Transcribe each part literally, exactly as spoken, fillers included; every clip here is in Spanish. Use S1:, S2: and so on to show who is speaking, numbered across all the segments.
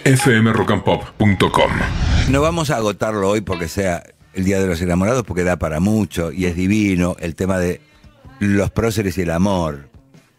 S1: f m rock and pop punto com.
S2: No vamos a agotarlo hoy porque sea el Día de los Enamorados, porque da para mucho y es divino el tema de los próceres y el amor.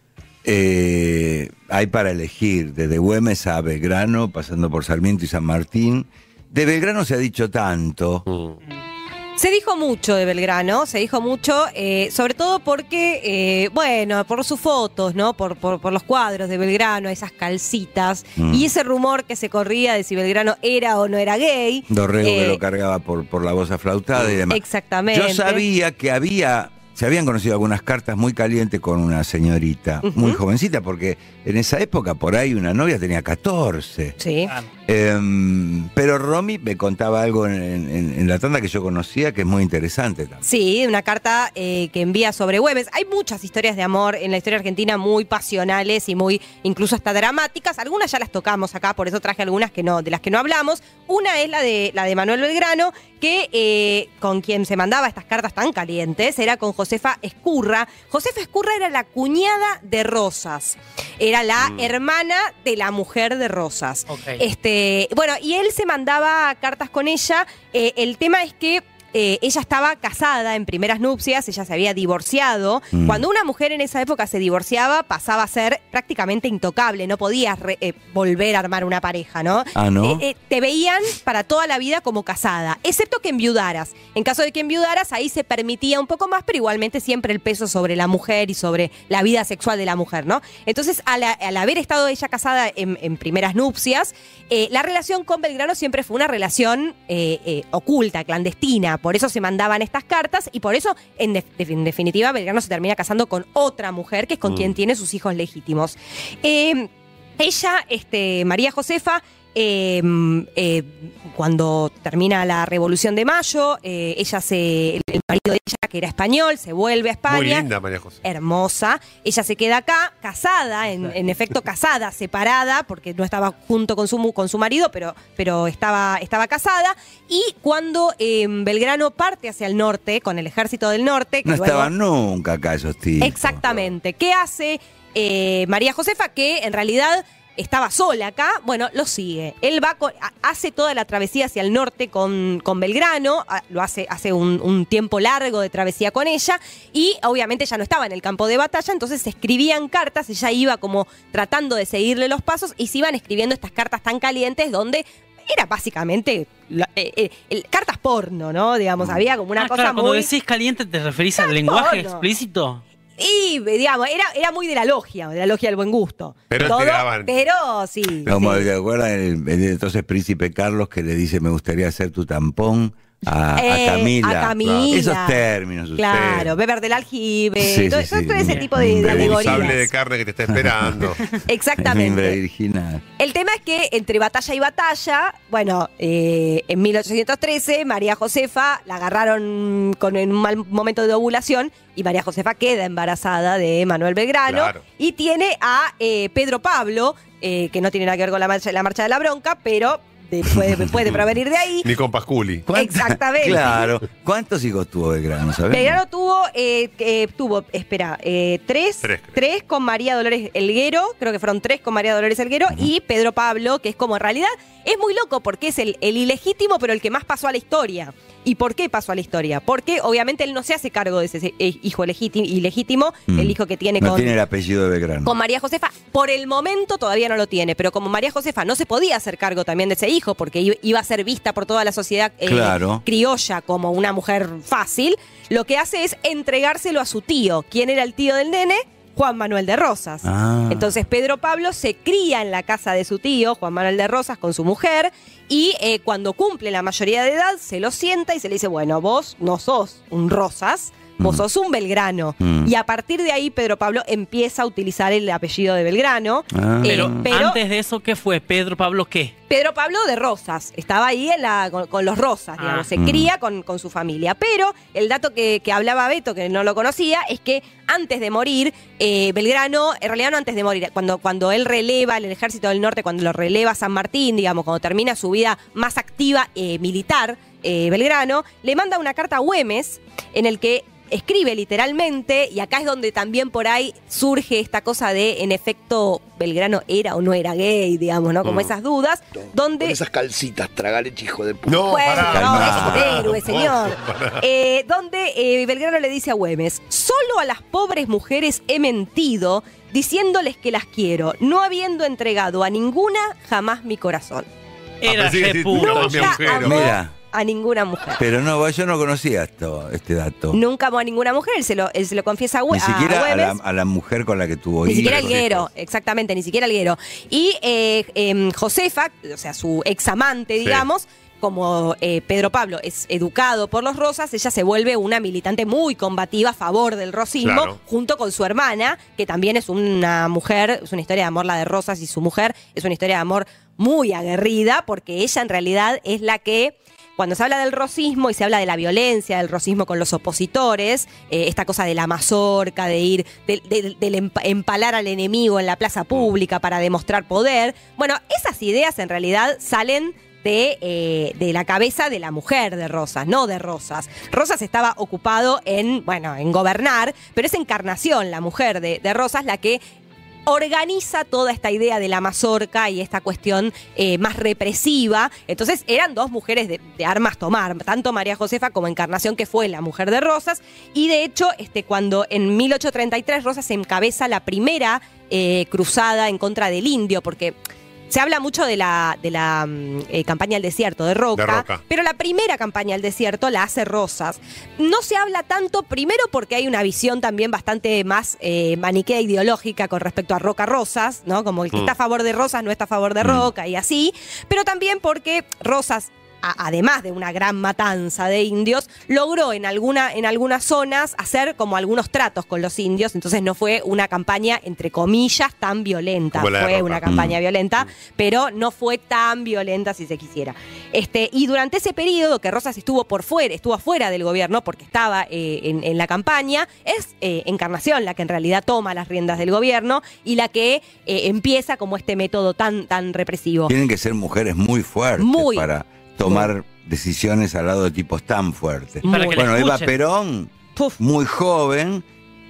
S2: Eh, hay para elegir, desde Güemes a Belgrano, pasando por Sarmiento y San Martín. De Belgrano se ha dicho tanto.
S3: Mm.
S4: Se dijo mucho de Belgrano, se dijo mucho, eh, sobre todo porque, eh, bueno, por sus fotos, ¿no? Por, por, por los cuadros de Belgrano, esas calcitas, mm. y ese rumor que se corría de si Belgrano era o no era gay.
S2: Dorrego
S4: eh,
S2: que lo cargaba por, por la voz aflautada y demás.
S4: Exactamente.
S2: Yo sabía que había, se habían conocido algunas cartas muy calientes con una señorita, uh-huh. muy jovencita, porque en esa época por ahí una novia tenía catorce.
S4: Sí.
S3: Ah.
S2: Eh, pero Romy me contaba algo en, en, en la tanda que yo conocía que es muy interesante también.
S4: Sí, una carta eh, que envía sobre Güemes. Hay muchas historias de amor en la historia argentina muy pasionales y muy incluso hasta dramáticas. Algunas ya las tocamos acá, por eso traje algunas que no, de las que no hablamos. Una es la de la de Manuel Belgrano, que eh, con quien se mandaba estas cartas tan calientes era con Josefa Ezcurra. Josefa Ezcurra era la cuñada de Rosas. Era la mm. hermana de la mujer de Rosas.
S3: Okay.
S4: Este, bueno, y él se mandaba cartas con ella. Eh, el tema es que Eh, ella estaba casada en primeras nupcias, ella se había divorciado. Mm. Cuando una mujer en esa época se divorciaba, pasaba a ser prácticamente intocable, no podías re, eh, volver a armar una pareja, ¿no?
S2: Ah, ¿no?
S4: Eh, eh, te veían para toda la vida como casada, excepto que enviudaras. En caso de que enviudaras, ahí se permitía un poco más, pero igualmente siempre el peso sobre la mujer y sobre la vida sexual de la mujer, ¿no? Entonces, al, al haber estado ella casada en, en primeras nupcias, eh, la relación con Belgrano siempre fue una relación eh, eh, oculta, clandestina. Por eso se mandaban estas cartas y por eso, en, de, en definitiva, Belgrano se termina casando con otra mujer, que es con mm. quien tiene sus hijos legítimos. Eh, ella, este, María Josefa, eh, eh, cuando termina la Revolución de Mayo, eh, ella se, el marido de ella, que era español, se vuelve a España.
S5: Muy linda, María José.
S4: Hermosa. Ella se queda acá, casada, en, en efecto casada, separada, porque no estaba junto con su, con su marido, pero, pero estaba, estaba casada. Y cuando eh, Belgrano parte hacia el norte, con el ejército del norte... Que
S2: no
S4: luego,
S2: estaban nunca acá esos tíos.
S4: Exactamente. ¿Qué hace eh, María Josefa? Que en realidad... estaba sola acá, bueno, lo sigue. Él va con, hace toda la travesía hacia el norte con, con Belgrano, lo hace hace un, un tiempo largo de travesía con ella, y obviamente ya no estaba en el campo de batalla, entonces se escribían cartas, ella iba como tratando de seguirle los pasos, y se iban escribiendo estas cartas tan calientes donde era básicamente la, eh, eh, el, cartas porno, ¿no? Digamos, había como una
S3: ah,
S4: cosa
S3: claro,
S4: muy...
S3: Cuando decís caliente, ¿te referís al lenguaje
S4: porno.
S3: explícito?
S4: Y, digamos, era, era muy de la logia, de la logia del buen gusto.
S5: Pero
S4: Todo,
S5: tiraban.
S4: Pero sí.
S2: Como
S4: sí.
S2: ¿te acuerdas el, el entonces príncipe Carlos que le dice, me gustaría ser tu tampón a,
S4: eh,
S2: a Camila?
S4: A Camila.
S2: Esos términos.
S4: Claro,
S2: ustedes.
S4: beber del aljibe,
S2: Sí,
S4: todo,
S2: sí,
S4: todo
S2: sí.
S4: ese tipo de, de
S2: Un
S4: alegorías.
S5: Un sable de carne que te está esperando.
S4: Exactamente.
S2: Virginal.
S4: El tema es que entre batalla y batalla, bueno, eh, en mil ochocientos trece, María Josefa la agarraron con en un mal momento de ovulación y María Josefa queda embarazada de Manuel Belgrano
S5: Claro.
S4: y tiene a eh, Pedro Pablo, eh, que no tiene nada que ver con la marcha, la marcha de la bronca, pero de, puede, puede provenir de ahí.
S5: Ni con Pasculi.
S4: Exactamente.
S2: Claro. ¿Cuántos hijos tuvo Belgrano, sabes?
S4: Belgrano tuvo, eh, eh, tuvo, espera, eh, tres,
S5: Tres, creo.
S4: tres con María Dolores Elguero, creo que fueron tres con María Dolores Elguero, uh-huh. y Pedro Pablo, que es como en realidad, es muy loco porque es el, el ilegítimo, pero el que más pasó a la historia. ¿Y por qué pasó a la historia? Porque obviamente él no se hace cargo de ese hijo legítimo, ilegítimo, mm. el hijo que tiene
S2: no
S4: con...
S2: No tiene el apellido de Belgrano.
S4: Con María Josefa, por el momento todavía no lo tiene, pero como María Josefa no se podía hacer cargo también de ese hijo, porque iba a ser vista por toda la sociedad eh,
S2: claro.
S4: criolla como una mujer fácil, lo que hace es entregárselo a su tío. ¿Quién era el tío del nene? Juan Manuel de Rosas.
S2: Ah.
S4: Entonces Pedro Pablo se cría en la casa de su tío, Juan Manuel de Rosas, con su mujer, y eh, cuando cumple la mayoría de edad, se lo sienta y se le dice, bueno, vos no sos un Rosas, vos mm. sos un Belgrano. Mm. Y a partir de ahí, Pedro Pablo empieza a utilizar el apellido de Belgrano.
S2: Ah.
S4: Eh,
S3: pero,
S4: pero
S3: antes de eso, ¿qué fue? ¿Pedro Pablo qué?
S4: Pedro Pablo de Rosas, estaba ahí en la, con, con los Rosas, digamos,
S3: ah.
S4: se cría con, con su familia. Pero el dato que, que hablaba Beto, que no lo conocía, es que antes de morir, eh, Belgrano, en realidad no antes de morir, cuando, cuando él releva el ejército del norte, cuando lo releva San Martín, digamos, cuando termina su vida más activa eh, militar, eh, Belgrano, le manda una carta a Güemes en el que escribe literalmente, y acá es donde también por ahí surge esta cosa de, en efecto, Belgrano era o no era gay, digamos, ¿no? Como mm. esas dudas. donde...
S6: Con esas calcitas, tragaleche, hijo de puta.
S5: No,
S4: Bueno,
S5: pará.
S4: no,
S2: Calmá.
S4: es un héroe, señor. Eh, donde eh, Belgrano le dice a Güemes, solo a las pobres mujeres he mentido diciéndoles que las quiero, no habiendo entregado a ninguna jamás mi corazón.
S3: Era
S5: Ah, pensé que
S3: re
S5: sí,
S3: puto.
S5: no,
S4: Nunca
S5: mi agujero.
S4: amó
S2: Mira.
S4: a ninguna mujer.
S2: Pero no, yo no conocía esto, este dato.
S4: Nunca amó a ninguna mujer, él se lo, él se lo confiesa a, Güe-
S2: Ni siquiera
S4: a
S2: a la,
S4: Güemes.
S2: a la mujer con la que tuvo
S4: Ni
S2: hijos.
S4: siquiera el
S5: hijos.
S4: guero, exactamente, ni siquiera el guero. Y eh, em, Josefa, o sea, su examante,
S5: Sí.
S4: digamos, como eh, Pedro Pablo es educado por los Rosas, ella se vuelve una militante muy combativa a favor del rosismo,
S5: Claro.
S4: junto con su hermana, que también es una mujer, es una historia de amor la de Rosas y su mujer, es una historia de amor muy aguerrida, porque ella en realidad es la que... Cuando se habla del rosismo y se habla de la violencia del rosismo con los opositores, eh, esta cosa de la mazorca, de ir, de- de- del empa- empalar al enemigo en la plaza pública para demostrar poder, bueno, esas ideas en realidad salen de, eh, de la cabeza de la mujer de Rosas, no de Rosas. Rosas estaba ocupado en, bueno, en gobernar, pero es Encarnación, la mujer de, de Rosas, la que organiza toda esta idea de la mazorca y esta cuestión eh, más represiva. Entonces eran dos mujeres de, de armas tomar, tanto María Josefa como Encarnación, que fue la mujer de Rosas. Y de hecho, este, cuando en mil ochocientos treinta y tres Rosas encabeza la primera eh, cruzada en contra del indio, porque... Se habla mucho de la, de la mm, eh, campaña al desierto, de Roca,
S5: De Roca.
S4: pero la primera campaña al desierto la hace Rosas. No se habla tanto, primero porque hay una visión también bastante más eh, maniquea ideológica con respecto a Roca Rosas, ¿no? Como el que
S5: Mm.
S4: está a favor de Rosas no está a favor de Roca y así, pero también porque Rosas, a- además de una gran matanza de indios, logró en, alguna, en algunas zonas hacer como algunos tratos con los indios, entonces no fue una campaña, entre comillas, tan violenta.
S5: Como la de
S4: Fue
S5: Roca.
S4: una campaña
S2: Mm.
S4: violenta, pero no fue tan violenta si se quisiera. Este, y durante ese periodo que Rosas estuvo por fuera, estuvo afuera del gobierno porque estaba eh, en, en la campaña, es eh, Encarnación la que en realidad toma las riendas del gobierno y la que eh, empieza como este método tan, tan represivo.
S2: Tienen que ser mujeres muy fuertes
S4: Muy.
S2: para tomar decisiones al lado de tipos tan fuertes.
S3: Para que la
S2: Bueno, Eva
S3: escuchen.
S2: Perón,
S4: Puf.
S2: muy joven,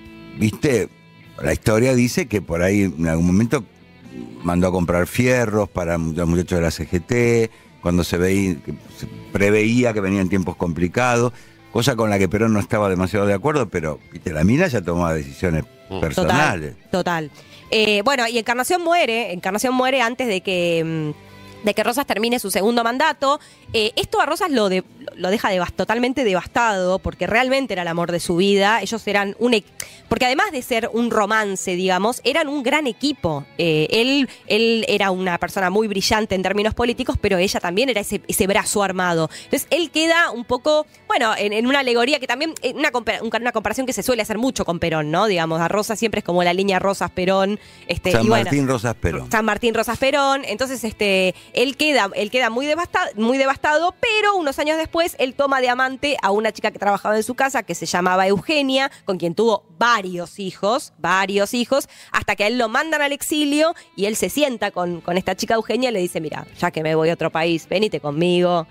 S2: viste, la historia dice que por ahí en algún momento mandó a comprar fierros para los muchachos de la C G T, cuando se, veía, que se preveía que venían tiempos complicados, cosa con la que Perón no estaba demasiado de acuerdo, pero viste, la mina ya tomaba decisiones personales.
S4: Total, total. Eh, bueno, y Encarnación muere, Encarnación muere antes de que, mm, de que Rosas termine su segundo mandato. Eh, esto a Rosas lo, de- lo deja devas- totalmente devastado, porque realmente era el amor de su vida. Ellos eran un... e- Porque además de ser un romance, digamos, eran un gran equipo. Eh, él, él era una persona muy brillante en términos políticos, pero ella también era ese, ese brazo armado. Entonces él queda un poco, bueno, en, en una alegoría que también, eh, una, compa- una comparación que se suele hacer mucho con Perón, ¿no? Digamos, a Rosas siempre es como la línea Rosas-Perón. Este,
S2: San
S4: y bueno,
S2: Martín Rosas Perón.
S4: San Martín Rosas Perón. Entonces, este, él queda, él queda muy devastado, muy devastado, pero unos años después él toma de amante a una chica que trabajaba en su casa que se llamaba Eugenia, con quien tuvo varios hijos, varios hijos, hasta que a él lo mandan al exilio y él se sienta con, con esta chica Eugenia y le dice, mira, ya que me voy a otro país, venite conmigo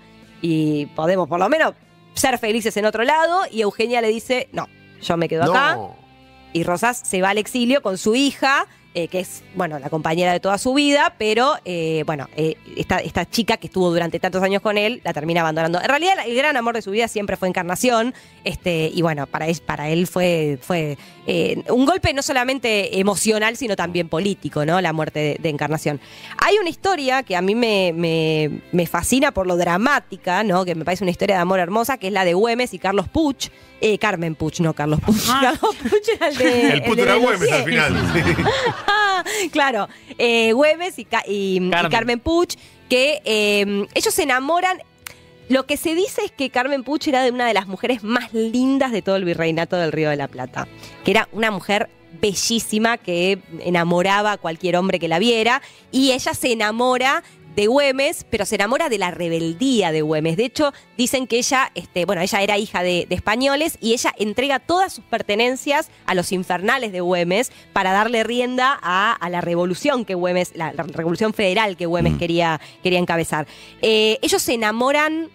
S4: y podemos por lo menos ser felices en otro lado. Y Eugenia le dice, no, yo me quedo acá.
S5: No.
S4: Y Rosas se va al exilio con su hija, eh, que es, bueno, la compañera de toda su vida, pero, eh, bueno, eh, esta, esta chica que estuvo durante tantos años con él, la termina abandonando. En realidad, el gran amor de su vida siempre fue Encarnación, este, y bueno, para él, para él fue, fue eh, un golpe no solamente emocional, sino también político, ¿no? La muerte de, de Encarnación. Hay una historia que a mí me, me, me fascina por lo dramática, ¿no? Que me parece una historia de amor hermosa, que es la de Güemes y Carlos Puch. Eh, Carmen Puch, no Carlos Puch.
S3: Ah.
S4: Carlos Puch era el de.
S5: El puto
S4: de
S5: era
S4: los
S5: Güemes al
S4: cien.
S5: final. Sí.
S4: Claro, eh, Güemes y, Ca- y- y Carmen.
S3: Carmen.
S4: Puch, que eh, ellos se enamoran. Lo que se dice es que Carmen Puch era de una de las mujeres más lindas de todo el virreinato del Río de la Plata, que era una mujer bellísima que enamoraba a cualquier hombre que la viera, y ella se enamora de Güemes, pero se enamora de la rebeldía de Güemes. De hecho, dicen que ella, este, bueno, ella era hija de, de españoles y ella entrega todas sus pertenencias a los infernales de Güemes para darle rienda a, a la revolución que Güemes, la, la revolución federal que Güemes
S2: Mm.
S4: quería, quería encabezar. Eh, ellos se enamoran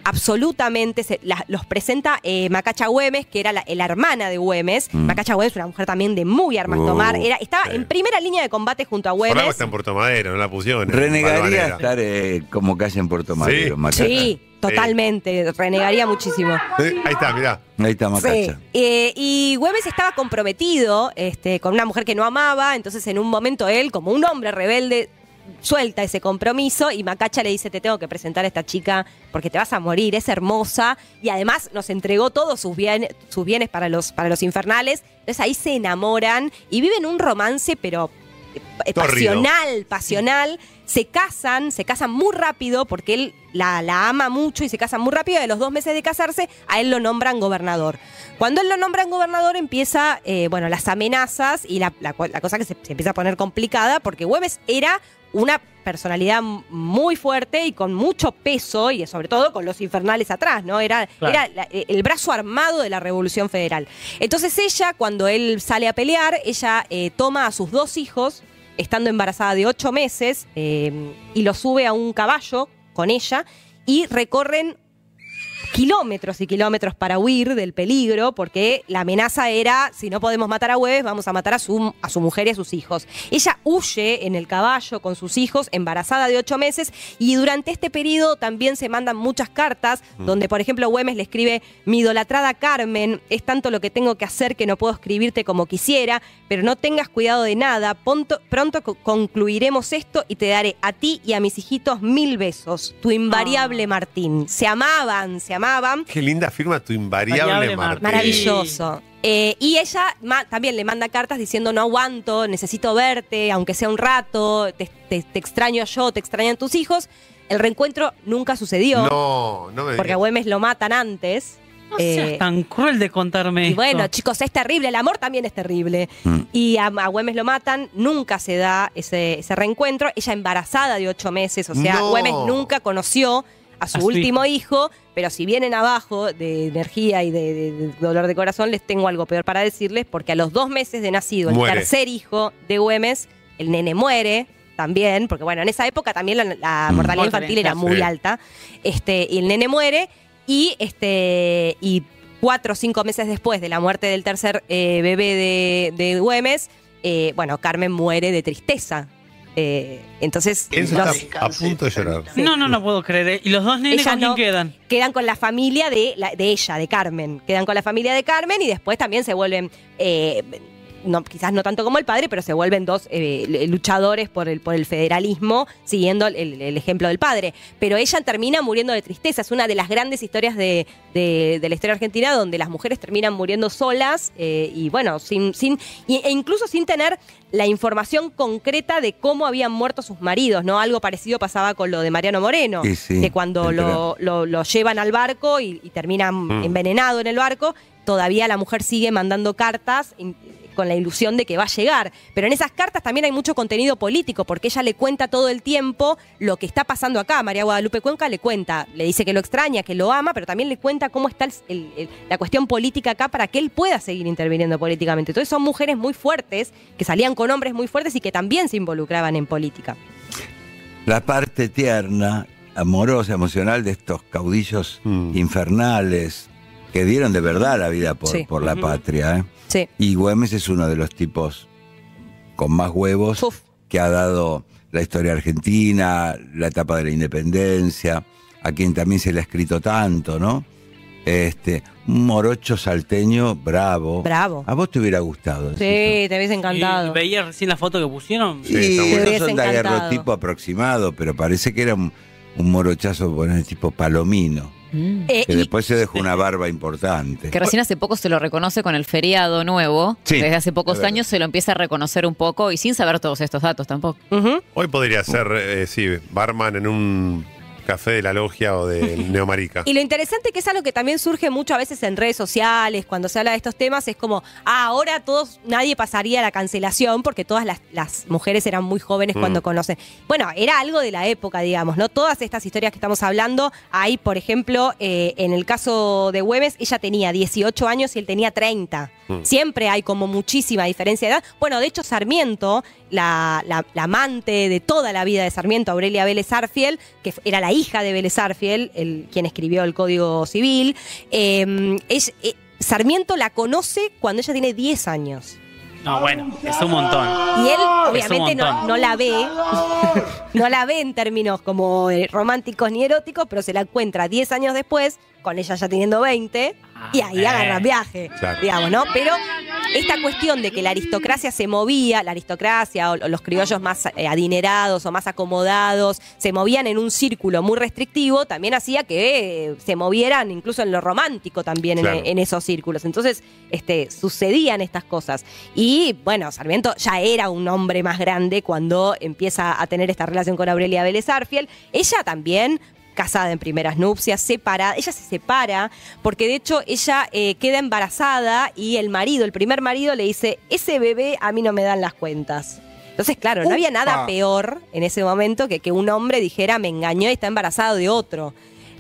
S4: absolutamente, se, la, los presenta eh, Macacha Güemes, que era la, la hermana de Güemes.
S2: Mm.
S4: Macacha Güemes, una mujer también de muy armas
S2: Uh,
S4: tomar. Era, estaba
S5: sí.
S4: en primera línea de combate junto a
S5: Por algo
S4: Güemes.
S5: está en Puerto Madero, no la pusieron. en
S2: Renegaría
S5: Balvanera.
S2: estar eh, como calle en Puerto Madero,
S5: Sí.
S2: Macacha.
S4: Sí, totalmente. Renegaría muchísimo.
S5: Sí, ahí está, mirá.
S2: Ahí está
S4: Sí.
S2: Macacha.
S4: Eh, y Güemes estaba comprometido este, con una mujer que no amaba, entonces en un momento él, como un hombre rebelde, suelta ese compromiso y Macacha le dice, te tengo que presentar a esta chica porque te vas a morir, es hermosa y además nos entregó todos sus, bien, sus bienes para los, para los infernales. Entonces ahí se enamoran y viven un romance pero eh,
S5: Torrido.
S4: pasional, pasional. Se casan, se casan muy rápido porque él la, la ama mucho y se casan muy rápido. De los dos meses de casarse, a él lo nombran gobernador. Cuando él lo nombran gobernador empieza, eh, bueno, las amenazas y la, la, la cosa que se, se empieza a poner complicada porque Güemes era una personalidad muy fuerte y con mucho peso y sobre todo con los infernales atrás, ¿no? Era,
S3: Claro.
S4: era la- el brazo armado de la Revolución Federal. Entonces ella, cuando él sale a pelear, ella eh, toma a sus dos hijos, estando embarazada de ocho meses, eh, y los sube a un caballo con ella y recorren kilómetros y kilómetros para huir del peligro, porque la amenaza era, si no podemos matar a Güemes, vamos a matar a su, a su mujer y a sus hijos. Ella huye en el caballo con sus hijos, embarazada de ocho meses, y durante este periodo también se mandan muchas cartas, donde, por ejemplo, Güemes le escribe, mi idolatrada Carmen, es tanto lo que tengo que hacer que no puedo escribirte como quisiera, pero no tengas cuidado de nada, pronto, pronto co- concluiremos esto y te daré a ti y a mis hijitos mil besos. Tu invariable Martín. Se amaban, se amaban.
S5: Qué linda firma tu invariable
S3: Variable
S5: Martín.
S4: Maravilloso. Eh, y ella ma- también le manda cartas diciendo no aguanto, necesito verte, aunque sea un rato, te, te- te extraño yo, te extrañan tus hijos. El reencuentro nunca sucedió,
S5: No, no me
S4: porque a
S5: digas.
S4: Güemes lo matan antes.
S3: No seas
S4: Eh,
S3: tan cruel de contarme
S4: y
S3: esto.
S4: bueno, chicos, es terrible, el amor también es terrible.
S2: Mm.
S4: Y a, a Güemes lo matan, nunca se da ese, ese reencuentro. Ella embarazada de ocho meses, o sea,
S5: No.
S4: Güemes nunca conoció a su
S3: A su
S4: último hijo. Pero si vienen abajo de energía y de, de- de dolor de corazón, les tengo algo peor para decirles, porque a los dos meses de nacido, el
S5: Muere.
S4: tercer hijo de Güemes, el nene muere también, porque bueno, en esa época también la, la
S2: Mm.
S4: mortalidad
S3: Mortalidad,
S4: infantil era muy
S5: sí.
S4: alta. Este, y el nene muere, y este, y cuatro o cinco meses después de la muerte del tercer eh, bebé de, de Güemes, eh, bueno, Carmen muere de tristeza. Eh, entonces,
S5: Enzo
S4: los-
S5: está a punto de llorar.
S4: Sí.
S3: No, no, no puedo creer. ¿eh? ¿Y los dos nenes
S4: Ella
S3: con quién
S4: no.
S3: quedan?
S4: quedan con la familia de, la- de ella, de Carmen. Quedan con la familia de Carmen y después también se vuelven, eh, no, quizás no tanto como el padre, pero se vuelven dos eh, luchadores por el, por el federalismo, siguiendo el, el ejemplo del padre. Pero ella termina muriendo de tristeza. Es una de las grandes historias de, de- de la historia argentina donde las mujeres terminan muriendo solas eh, y bueno, sin, sin y- e incluso sin tener la información concreta de cómo habían muerto sus maridos, ¿no? Algo parecido pasaba con lo de Mariano Moreno,
S2: Sí, sí,
S4: que cuando
S2: me
S4: lo, lo, lo llevan al barco y, y termina
S5: Mm.
S4: envenenado en el barco, todavía la mujer sigue mandando cartas in- con la ilusión de que va a llegar. Pero en esas cartas también hay mucho contenido político, porque ella le cuenta todo el tiempo lo que está pasando acá. María Guadalupe Cuenca le cuenta, le dice que lo extraña, que lo ama, pero también le cuenta cómo está el- el- el- la cuestión política acá para que él pueda seguir interviniendo políticamente. Entonces son mujeres muy fuertes, que salían con hombres muy fuertes y que también se involucraban en política.
S2: La parte tierna, amorosa, emocional de estos caudillos
S5: Mm.
S2: infernales que dieron de verdad la vida por,
S4: Sí.
S2: por la
S3: Ujú.
S2: patria. ¿eh?
S4: Sí.
S2: Y Güemes es uno de los tipos con más huevos
S4: Uf.
S2: que ha dado la historia argentina, la etapa de la independencia, a quien también se le ha escrito tanto, ¿no? Este, un morocho salteño bravo.
S4: Bravo.
S2: ¿A vos te hubiera gustado?
S4: Sí,
S2: decís?
S4: te hubiese encantado.
S3: ¿Y veía recién la foto que pusieron?
S5: Sí,
S2: Y
S5: está bueno.
S2: esos
S4: Te
S2: son
S4: hubiese encantado.
S2: daguerrotipo aproximado, pero parece que era un, un morochazo bueno, tipo palomino,
S4: Eh,
S2: que
S4: y-
S2: después se dejó una barba importante.
S7: Que recién hace poco se lo reconoce con el feriado nuevo.
S2: Sí,
S7: Desde hace pocos
S2: es verdad.
S7: años se lo empieza a reconocer un poco y sin saber todos estos datos tampoco.
S4: Ujú.
S5: Hoy podría ser, eh, sí, barman en un café de la logia o de Neomarica.
S4: Y lo interesante que es algo que también surge mucho a veces en redes sociales, cuando se habla de estos temas, es como, ah, ahora todos, nadie pasaría la cancelación porque todas las, las mujeres eran muy jóvenes
S5: Mm.
S4: cuando conocen. Bueno, era algo de la época, digamos, ¿no? Todas estas historias que estamos hablando, hay, por ejemplo, eh, en el caso de Güemes, ella tenía dieciocho años y él tenía treinta.
S5: Mm.
S4: Siempre hay como muchísima diferencia de edad. Bueno, de hecho, Sarmiento, la, la, la amante de toda la vida de Sarmiento, Aurelia Vélez Sarsfield, que era la hija de Vélez Sarsfield, el, quien escribió el Código Civil, eh, es, eh, Sarmiento la conoce cuando ella tiene diez años.
S3: No, bueno, es un montón.
S4: Y él,
S3: Es
S4: obviamente,
S3: un
S4: no,
S3: montón.
S4: no la ve, no la ve en términos como eh, románticos ni eróticos, pero se la encuentra diez años después, con ella ya teniendo veinte, y ahí
S3: Ah,
S4: agarran
S3: eh.
S4: viaje,
S5: Claro.
S4: digamos, ¿no? Pero esta cuestión de que la aristocracia se movía, la aristocracia o, o los criollos más eh, adinerados o más acomodados, se movían en un círculo muy restrictivo, también hacía que eh, se movieran incluso en lo romántico también en-
S5: Claro.
S4: en, esos círculos. Entonces, este, sucedían estas cosas. Y bueno, Sarmiento ya era un hombre más grande cuando empieza a tener esta relación con Aurelia Vélez Sarsfield. Ella también, casada en primeras nupcias, separada. Ella se separa porque de hecho ella eh, queda embarazada y el marido, el primer marido, le dice, ese bebé a mí no me dan las cuentas. Entonces, claro, no había nada peor en ese momento que que un hombre dijera, me engañó y está embarazado de otro.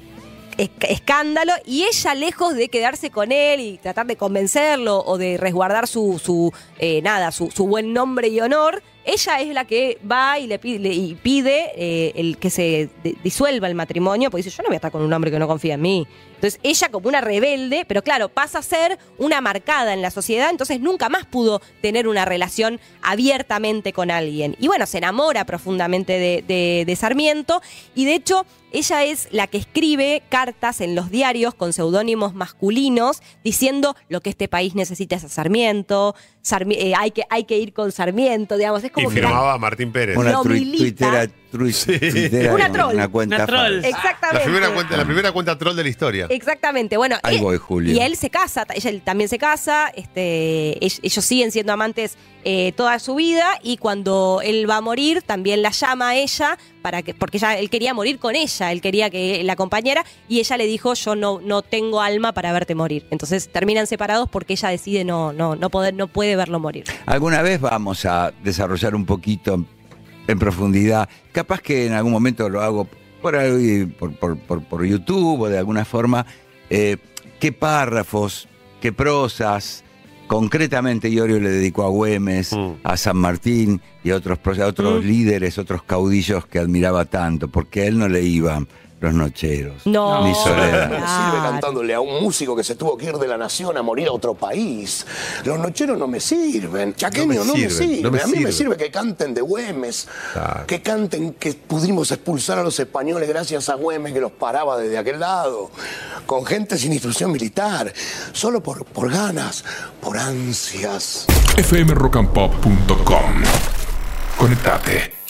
S4: Es- escándalo, y ella, lejos de quedarse con él y tratar de convencerlo o de resguardar su, su eh, nada, su, su buen nombre y honor, ella es la que va y le pide, le- y pide eh, el que se de- disuelva el matrimonio, porque dice, yo no voy a estar con un hombre que no confía en mí. Entonces ella, como una rebelde, pero claro, pasa a ser una marcada en la sociedad, entonces nunca más pudo tener una relación abiertamente con alguien. Y bueno, se enamora profundamente de, de- de Sarmiento, y de hecho ella es la que escribe cartas en los diarios con seudónimos masculinos diciendo lo que este país necesita es a Sarmiento, Sarmi- eh, hay, que, hay que ir con Sarmiento, digamos, es
S5: Y
S4: como que la-
S5: firmaba a Martín Pérez.
S2: Una
S4: Lo
S2: tui-
S4: milita.
S2: tuitera, tru- tuitera,
S4: Una troll.
S2: una cuenta
S3: Una troll.
S2: falsa.
S4: Exactamente.
S5: La primera, cuenta, la primera cuenta troll de la historia.
S4: Exactamente, bueno,
S2: Ahí
S4: él-
S2: voy, Julio.
S4: y él se casa, ella él también se casa, este, ell- ellos siguen siendo amantes eh, toda su vida, y cuando él va a morir también la llama a ella para que, porque ya él quería morir con ella, él quería que la acompañara, y ella le dijo, yo no, no tengo alma para verte morir. Entonces terminan separados porque ella decide no, no, no poder, no puede verlo morir.
S2: Alguna vez vamos a desarrollar un poquito en profundidad. Capaz que en algún momento lo hago por, ahí, por, por, por, por YouTube o de alguna forma. Eh, ¿Qué párrafos, qué prosas concretamente Iorio le dedicó a Güemes,
S5: Mm.
S2: a San Martín y a otros, pros- a otros
S4: Mm.
S2: líderes, otros caudillos que admiraba tanto? Porque a él no le iban los nocheros.
S4: No,
S2: Ni Soledad.
S6: No me sirve cantándole a un músico que se tuvo que ir de la nación a morir a otro país. Los nocheros no me sirven. Chaqueño no me,
S5: sirven,
S6: sirve.
S5: no me
S6: a mí me
S5: sirve.
S6: sirve que canten de Güemes.
S5: Claro.
S6: Que canten que pudimos expulsar a los españoles gracias a Güemes, que los paraba desde aquel lado. Con gente sin instrucción militar. Solo por, por ganas, por ansias.
S1: f m rock and pop punto com. Conectate.